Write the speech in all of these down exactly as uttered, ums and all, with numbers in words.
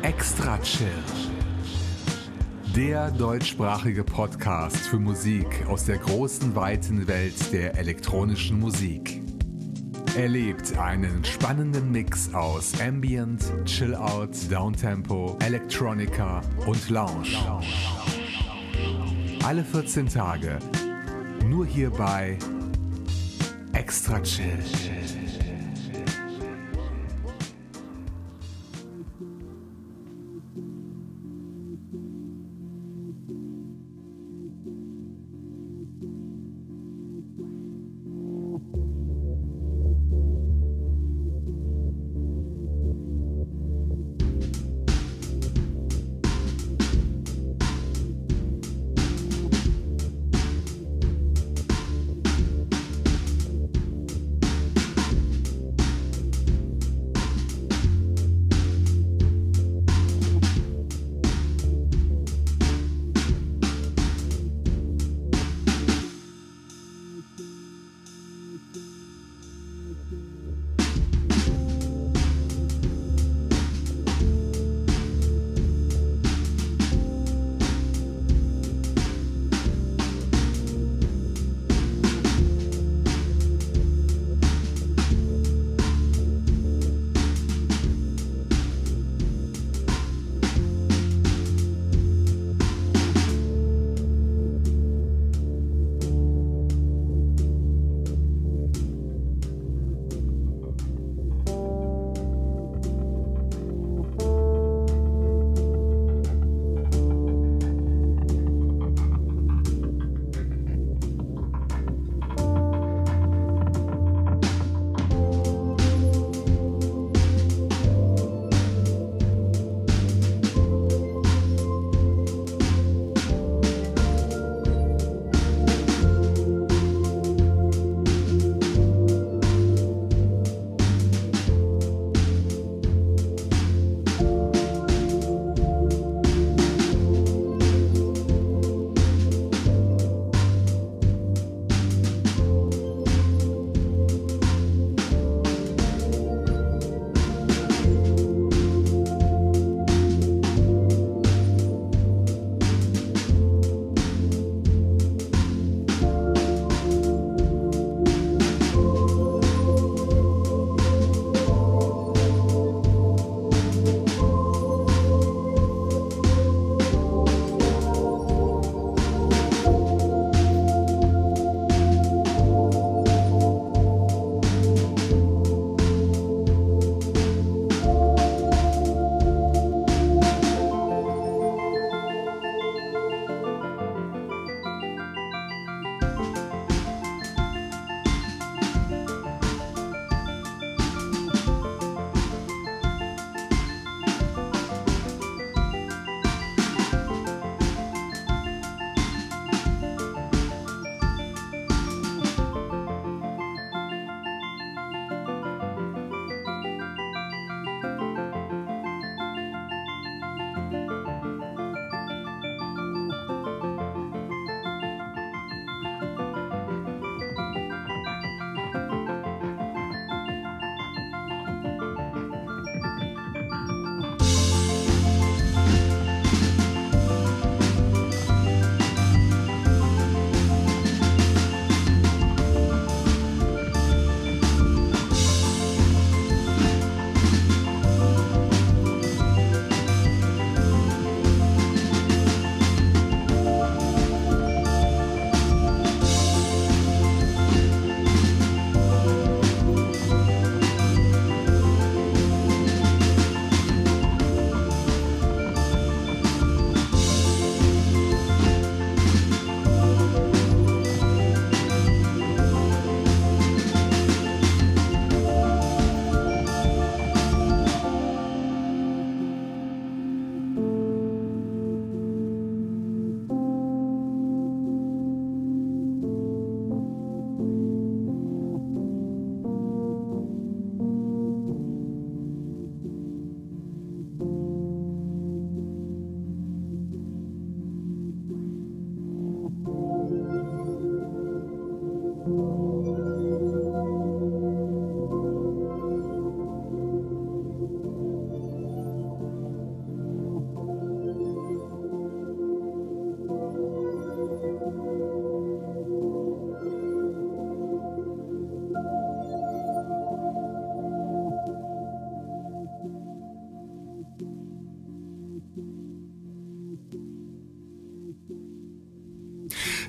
Extra Chill. Der deutschsprachige Podcast für Musik aus der großen, weiten Welt der elektronischen Musik. Erlebt einen spannenden Mix aus Ambient, Chill-Out, Downtempo, Electronica und Lounge. Alle vierzehn Tage, nur hier bei Extra Chill.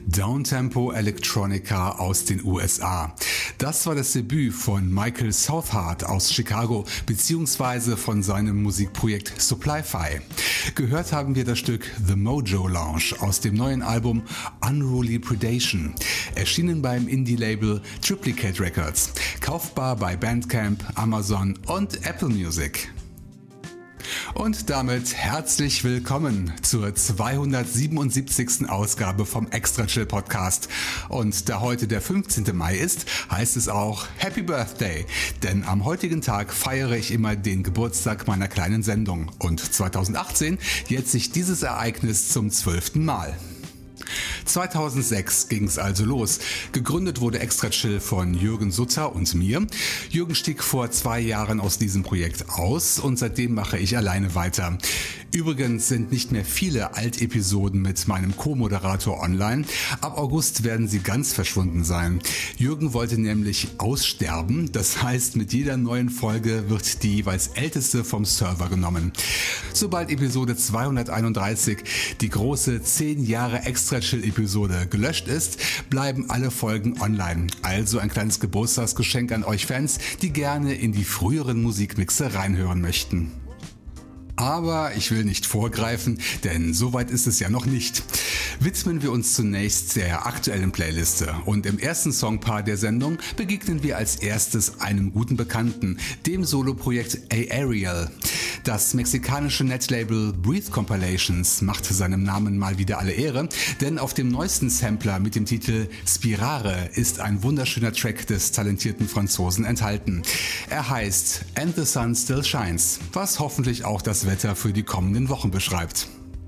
Downtempo Electronica aus den U S A. Das war das Debüt von Michael Southard aus Chicago bzw. von seinem Musikprojekt Supply-Fi. Gehört haben wir das Stück The Mojo Lounge aus dem neuen Album Unruly Predation, erschienen beim Indie-Label Triplicate Records, kaufbar bei Bandcamp, Amazon und Apple Music. Und damit herzlich willkommen zur zweihundertsiebenundsiebzigsten Ausgabe vom Extra Chill Podcast. Und da heute der fünfzehnte Mai ist, heißt es auch Happy Birthday, denn am heutigen Tag feiere ich immer den Geburtstag meiner kleinen Sendung. Und zweitausendachtzehn jährt sich dieses Ereignis zum zwölften Mal. zweitausendsechs ging es also los. Gegründet wurde Extra Chill von Jürgen Sutter und mir. Jürgen stieg vor zwei Jahren aus diesem Projekt aus und seitdem mache ich alleine weiter. Übrigens sind nicht mehr viele Altepisoden mit meinem Co-Moderator online. Ab August werden sie ganz verschwunden sein. Jürgen wollte nämlich aussterben, das heißt, mit jeder neuen Folge wird die jeweils älteste vom Server genommen. Sobald Episode zweihunderteinunddreißig, die große zehn Jahre Extra Chill Episode, gelöscht ist, bleiben alle Folgen online. Also ein kleines Geburtstagsgeschenk an euch Fans, die gerne in die früheren Musikmixe reinhören möchten. Aber ich will nicht vorgreifen, denn so weit ist es ja noch nicht. Widmen wir uns zunächst der aktuellen Playliste und im ersten Songpaar der Sendung begegnen wir als erstes einem guten Bekannten, dem Soloprojekt Aerial. Das mexikanische Netlabel Breathe Compilations macht seinem Namen mal wieder alle Ehre, denn auf dem neuesten Sampler mit dem Titel Spirare ist ein wunderschöner Track des talentierten Franzosen enthalten. Er heißt And the Sun Still Shines, was hoffentlich auch das Wetter für die kommenden Wochen beschreibt.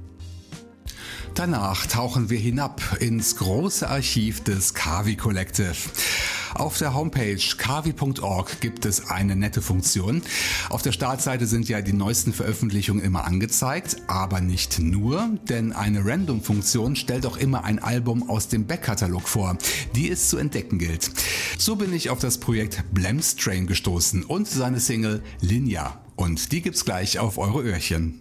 Danach tauchen wir hinab ins große Archiv des Kavi Collective. Auf der Homepage kavi punkt org gibt es eine nette Funktion. Auf der Startseite sind ja die neuesten Veröffentlichungen immer angezeigt, aber nicht nur, denn eine Random-Funktion stellt auch immer ein Album aus dem Backkatalog vor, die es zu entdecken gilt. So bin ich auf das Projekt Blamstrain gestoßen und seine Single Linja. Und die gibt's gleich auf eure Öhrchen.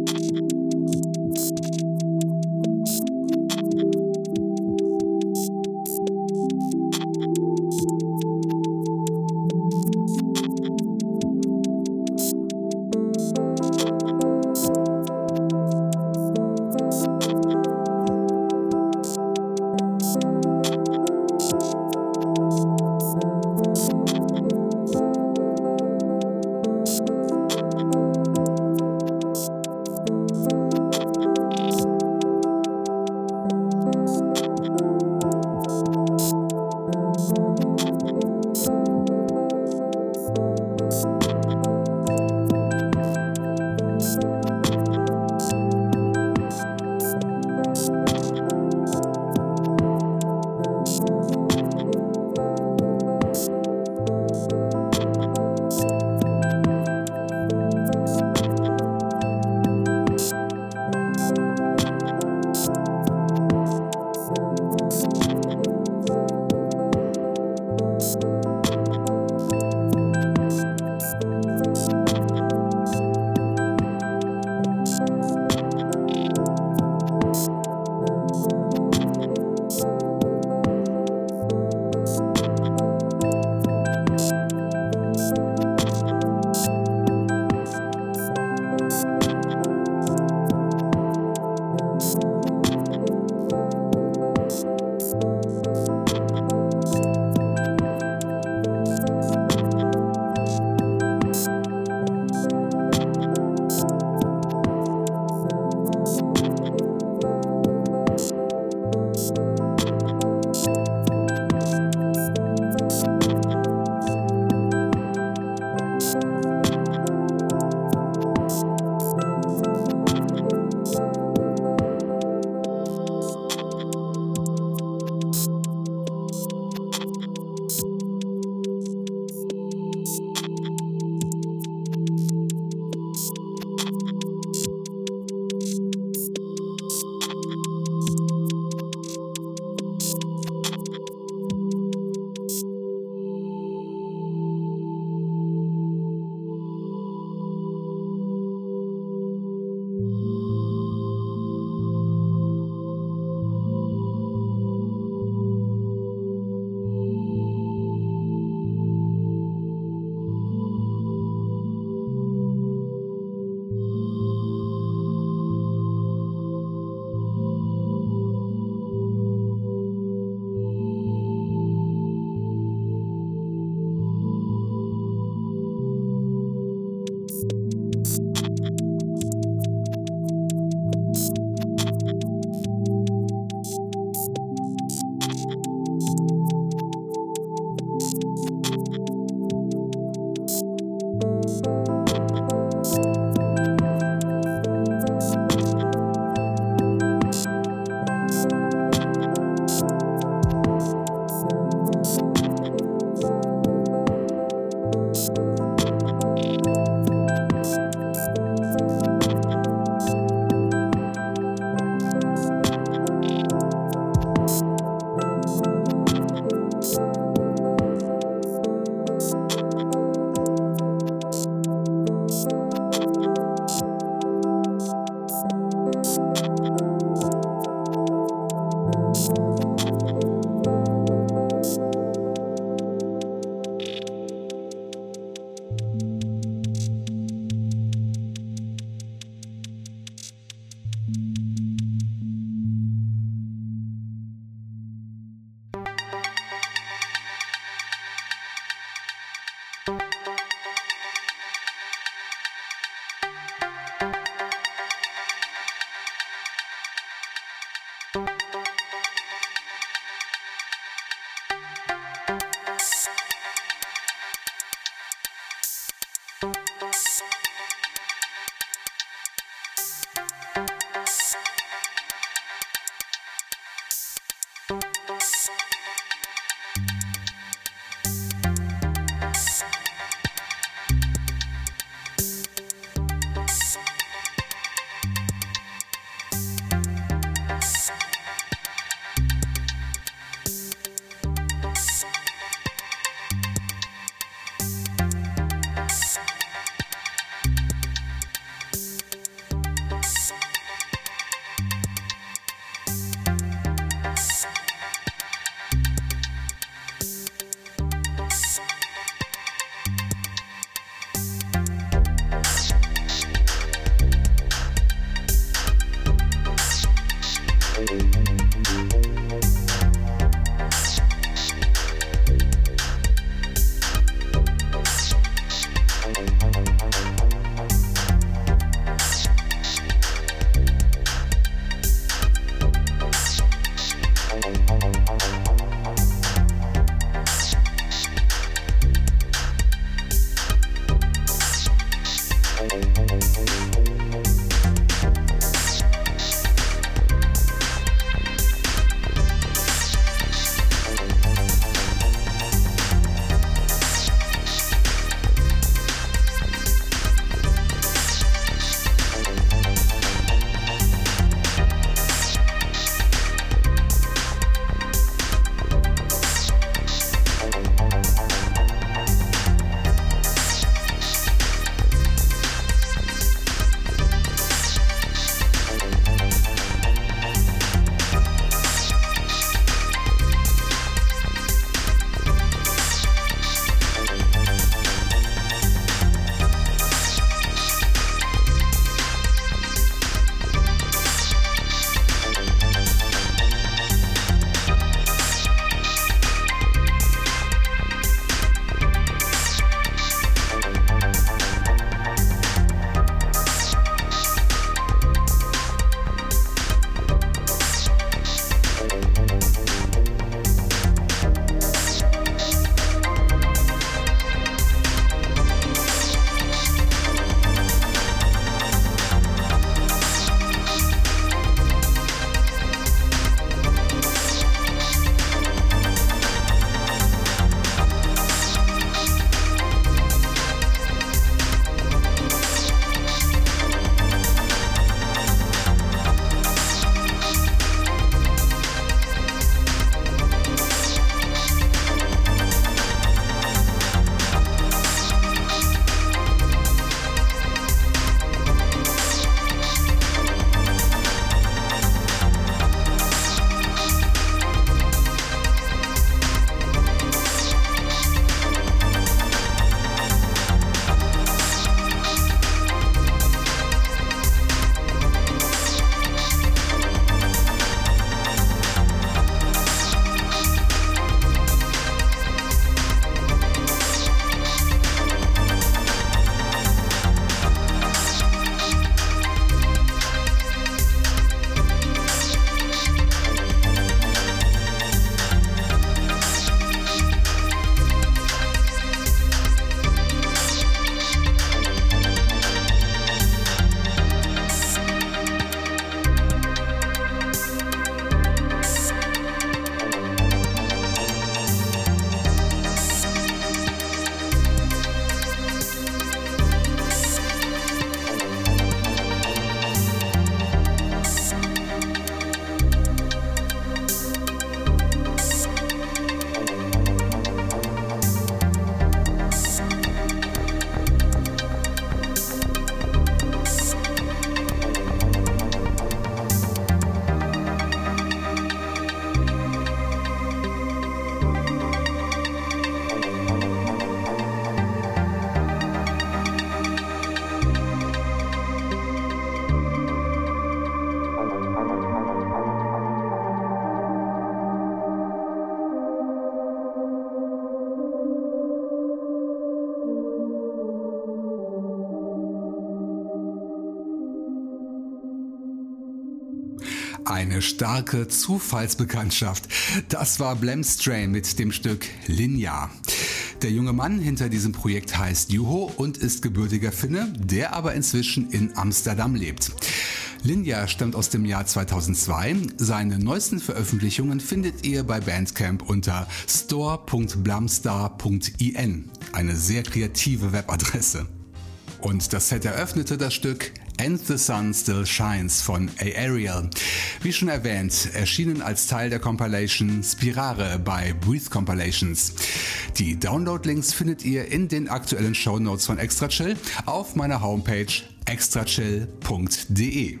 Eine starke Zufallsbekanntschaft. Das war Blemstrain mit dem Stück Linja. Der junge Mann hinter diesem Projekt heißt Juho und ist gebürtiger Finne, der aber inzwischen in Amsterdam lebt. Linja stammt aus dem Jahr zweitausendzwei. Seine neuesten Veröffentlichungen findet ihr bei Bandcamp unter store punkt blamstar punkt in. Eine sehr kreative Webadresse. Und das Set eröffnete das Stück And the Sun Still Shines von Aerial. Wie schon erwähnt, erschienen als Teil der Compilation Spirare bei Breathe Compilations. Die Download-Links findet ihr in den aktuellen Shownotes von Extra Chill auf meiner Homepage extra chill punkt de.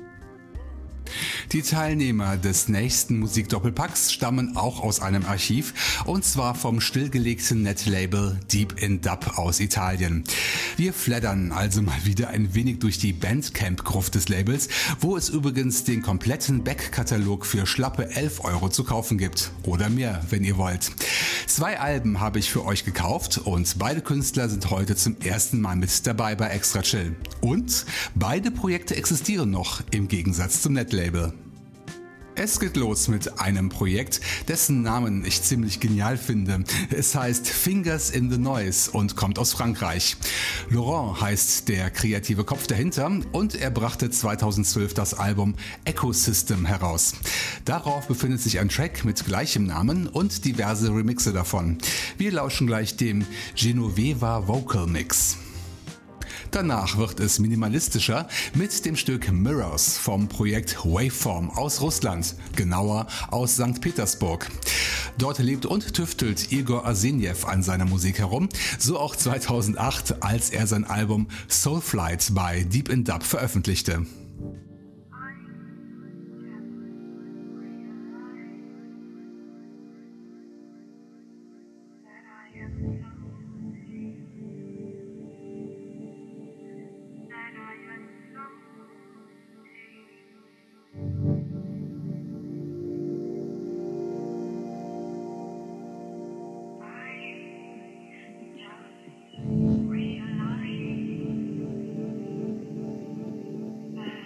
Die Teilnehmer des nächsten Musikdoppelpacks stammen auch aus einem Archiv, und zwar vom stillgelegten Netlabel Deep in Dub aus Italien. Wir flattern also mal wieder ein wenig durch die Bandcamp-Gruft des Labels, wo es übrigens den kompletten Backkatalog für schlappe elf Euro zu kaufen gibt. Oder mehr, wenn ihr wollt. Zwei Alben habe ich für euch gekauft und beide Künstler sind heute zum ersten Mal mit dabei bei Extra Chill. Und beide Projekte existieren noch, im Gegensatz zum Netlabel. Es geht los mit einem Projekt, dessen Namen ich ziemlich genial finde. Es heißt Fingers in the Noise und kommt aus Frankreich. Laurent heißt der kreative Kopf dahinter und er brachte zweitausendzwölf das Album Ecosystem heraus. Darauf befindet sich ein Track mit gleichem Namen und diverse Remixe davon. Wir lauschen gleich dem Genoveva Vocal Mix. Danach wird es minimalistischer mit dem Stück Mirrors vom Projekt Waveform aus Russland, genauer aus Sankt Petersburg. Dort lebt und tüftelt Igor Arsenjew an seiner Musik herum, so auch zweitausendacht, als er sein Album Soulflight bei Deep in Dub veröffentlichte. Realize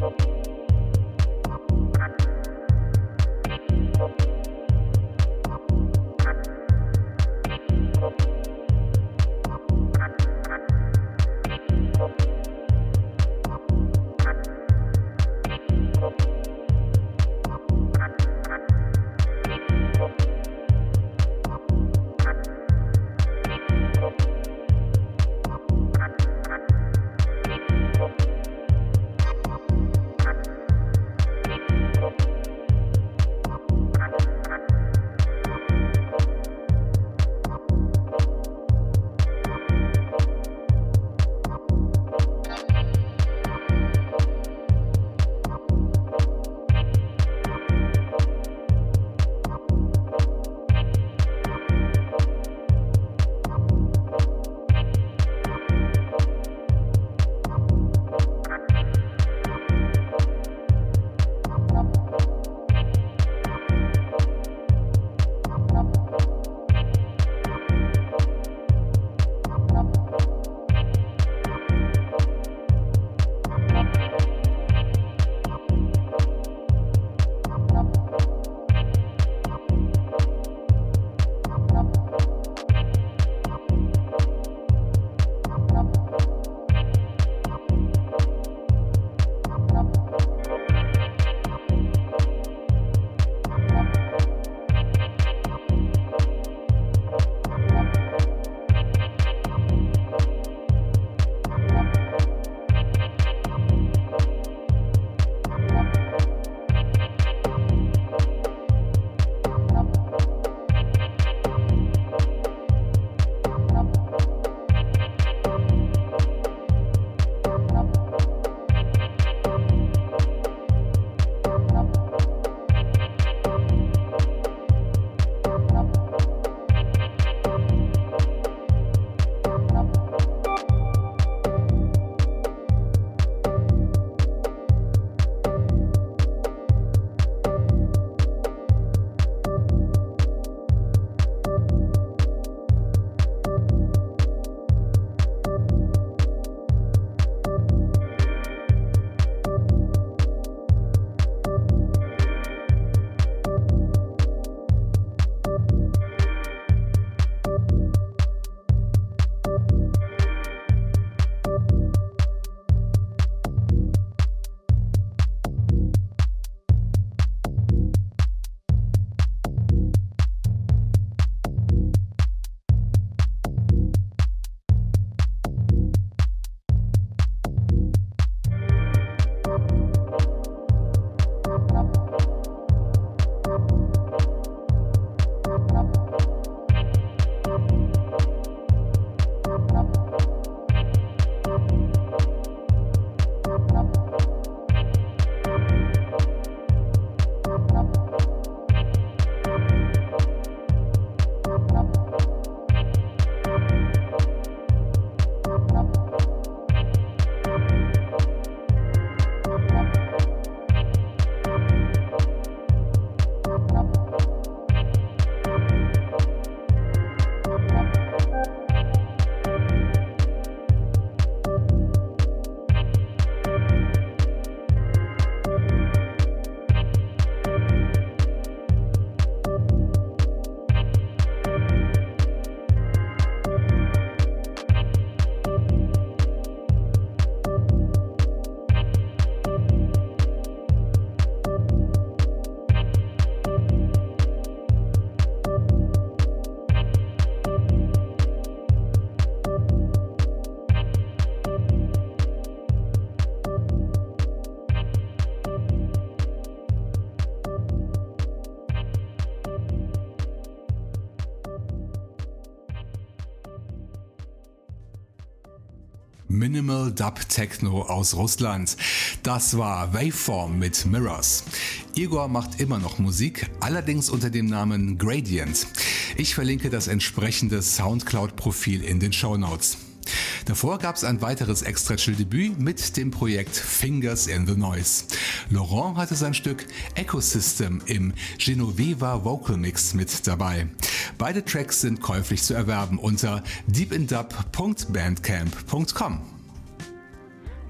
Minimal Dub Techno aus Russland. Das war Waveform mit Mirrors. Igor macht immer noch Musik, allerdings unter dem Namen Gradient. Ich verlinke das entsprechende Soundcloud-Profil in den Shownotes. Davor gab es ein weiteres Extra-Chill-Debüt mit dem Projekt Fingers in the Noise. Laurent hatte sein Stück Ecosystem im Genoveva Vocal Mix mit dabei. Beide Tracks sind käuflich zu erwerben unter deepindub punkt bandcamp punkt com.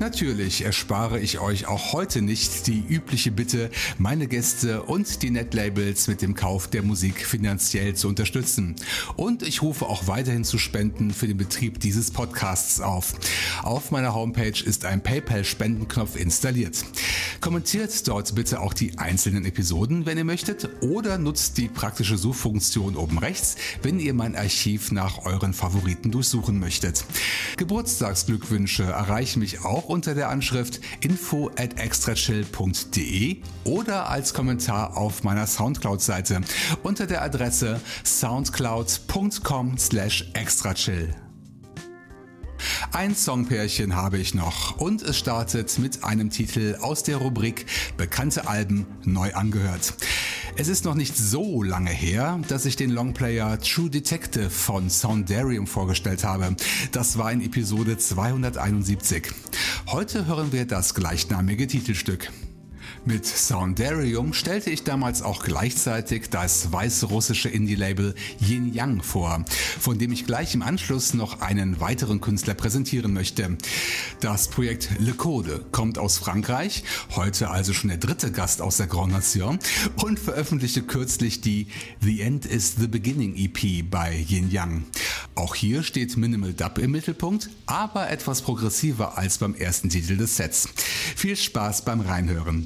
Natürlich erspare ich euch auch heute nicht die übliche Bitte, meine Gäste und die Netlabels mit dem Kauf der Musik finanziell zu unterstützen. Und ich rufe auch weiterhin zu Spenden für den Betrieb dieses Podcasts auf. Auf meiner Homepage ist ein PayPal-Spendenknopf installiert. Kommentiert dort bitte auch die einzelnen Episoden, wenn ihr möchtet, oder nutzt die praktische Suchfunktion oben rechts, wenn ihr mein Archiv nach euren Favoriten durchsuchen möchtet. Geburtstagsglückwünsche erreichen mich auch unter der Anschrift info at extrachill punkt de oder als Kommentar auf meiner Soundcloud-Seite unter der Adresse soundcloud punkt com slash extrachill. Ein Songpärchen habe ich noch und es startet mit einem Titel aus der Rubrik Bekannte Alben neu angehört. Es ist noch nicht so lange her, dass ich den Longplayer True Detective von Soundarium vorgestellt habe. Das war in Episode zweihunderteinundsiebzig. Heute hören wir das gleichnamige Titelstück. Mit Soundarium stellte ich damals auch gleichzeitig das weißrussische Indie-Label Yin Yang vor, von dem ich gleich im Anschluss noch einen weiteren Künstler präsentieren möchte. Das Projekt Le Code kommt aus Frankreich, heute also schon der dritte Gast aus der Grand Nation, und veröffentlichte kürzlich die The End is the Beginning E P bei Yin Yang. Auch hier steht Minimal Dub im Mittelpunkt, aber etwas progressiver als beim ersten Titel des Sets. Viel Spaß beim Reinhören.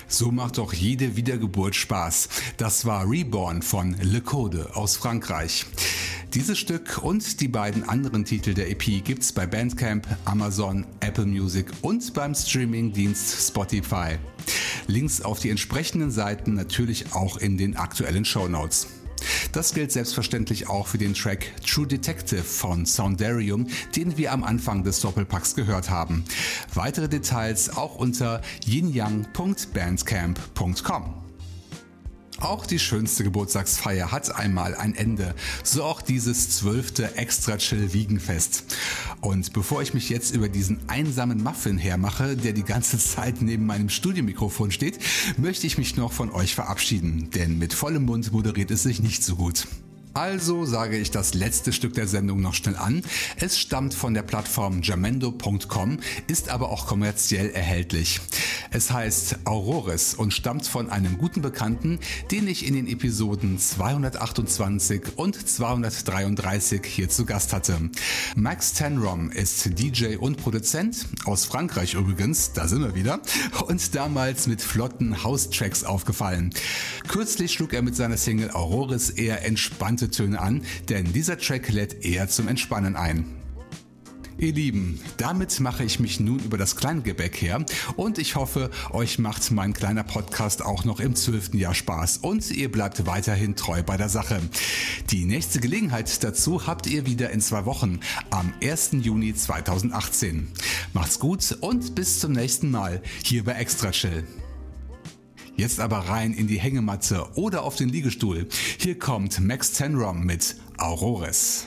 So macht doch jede Wiedergeburt Spaß. Das war Reborn von Le Code aus Frankreich. Dieses Stück und die beiden anderen Titel der E P gibt's bei Bandcamp, Amazon, Apple Music und beim Streamingdienst Spotify. Links auf die entsprechenden Seiten natürlich auch in den aktuellen Shownotes. Das gilt selbstverständlich auch für den Track True Detective von Soundarium, den wir am Anfang des Doppelpacks gehört haben. Weitere Details auch unter yin yang punkt bandcamp punkt com. Auch die schönste Geburtstagsfeier hat einmal ein Ende, so auch dieses zwölfte Extra-Chill-Wiegenfest. Und bevor ich mich jetzt über diesen einsamen Muffin hermache, der die ganze Zeit neben meinem Studiomikrofon steht, möchte ich mich noch von euch verabschieden, denn mit vollem Mund moderiert es sich nicht so gut. Also sage ich das letzte Stück der Sendung noch schnell an. Es stammt von der Plattform jamendo punkt com, ist aber auch kommerziell erhältlich. Es heißt Aurores und stammt von einem guten Bekannten, den ich in den Episoden zweihundertachtundzwanzig und zweihundertdreiunddreißig hier zu Gast hatte. Max Tenrom ist D J und Produzent, aus Frankreich übrigens, da sind wir wieder, und damals mit flotten House-Tracks aufgefallen. Kürzlich schlug er mit seiner Single Aurores eher entspannte Töne an, denn dieser Track lädt eher zum Entspannen ein. Ihr Lieben, damit mache ich mich nun über das Kleingebäck her und ich hoffe, euch macht mein kleiner Podcast auch noch im zwölften Jahr Spaß und ihr bleibt weiterhin treu bei der Sache. Die nächste Gelegenheit dazu habt ihr wieder in zwei Wochen, am ersten Juni zweitausendachtzehn. Macht's gut und bis zum nächsten Mal hier bei Extra Chill. Jetzt aber rein in die Hängematte oder auf den Liegestuhl. Hier kommt Max Tenrom mit Aurores.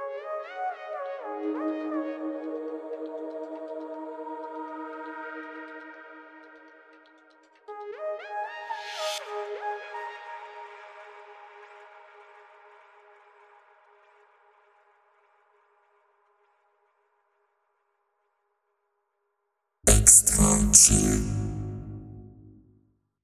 Extra chill.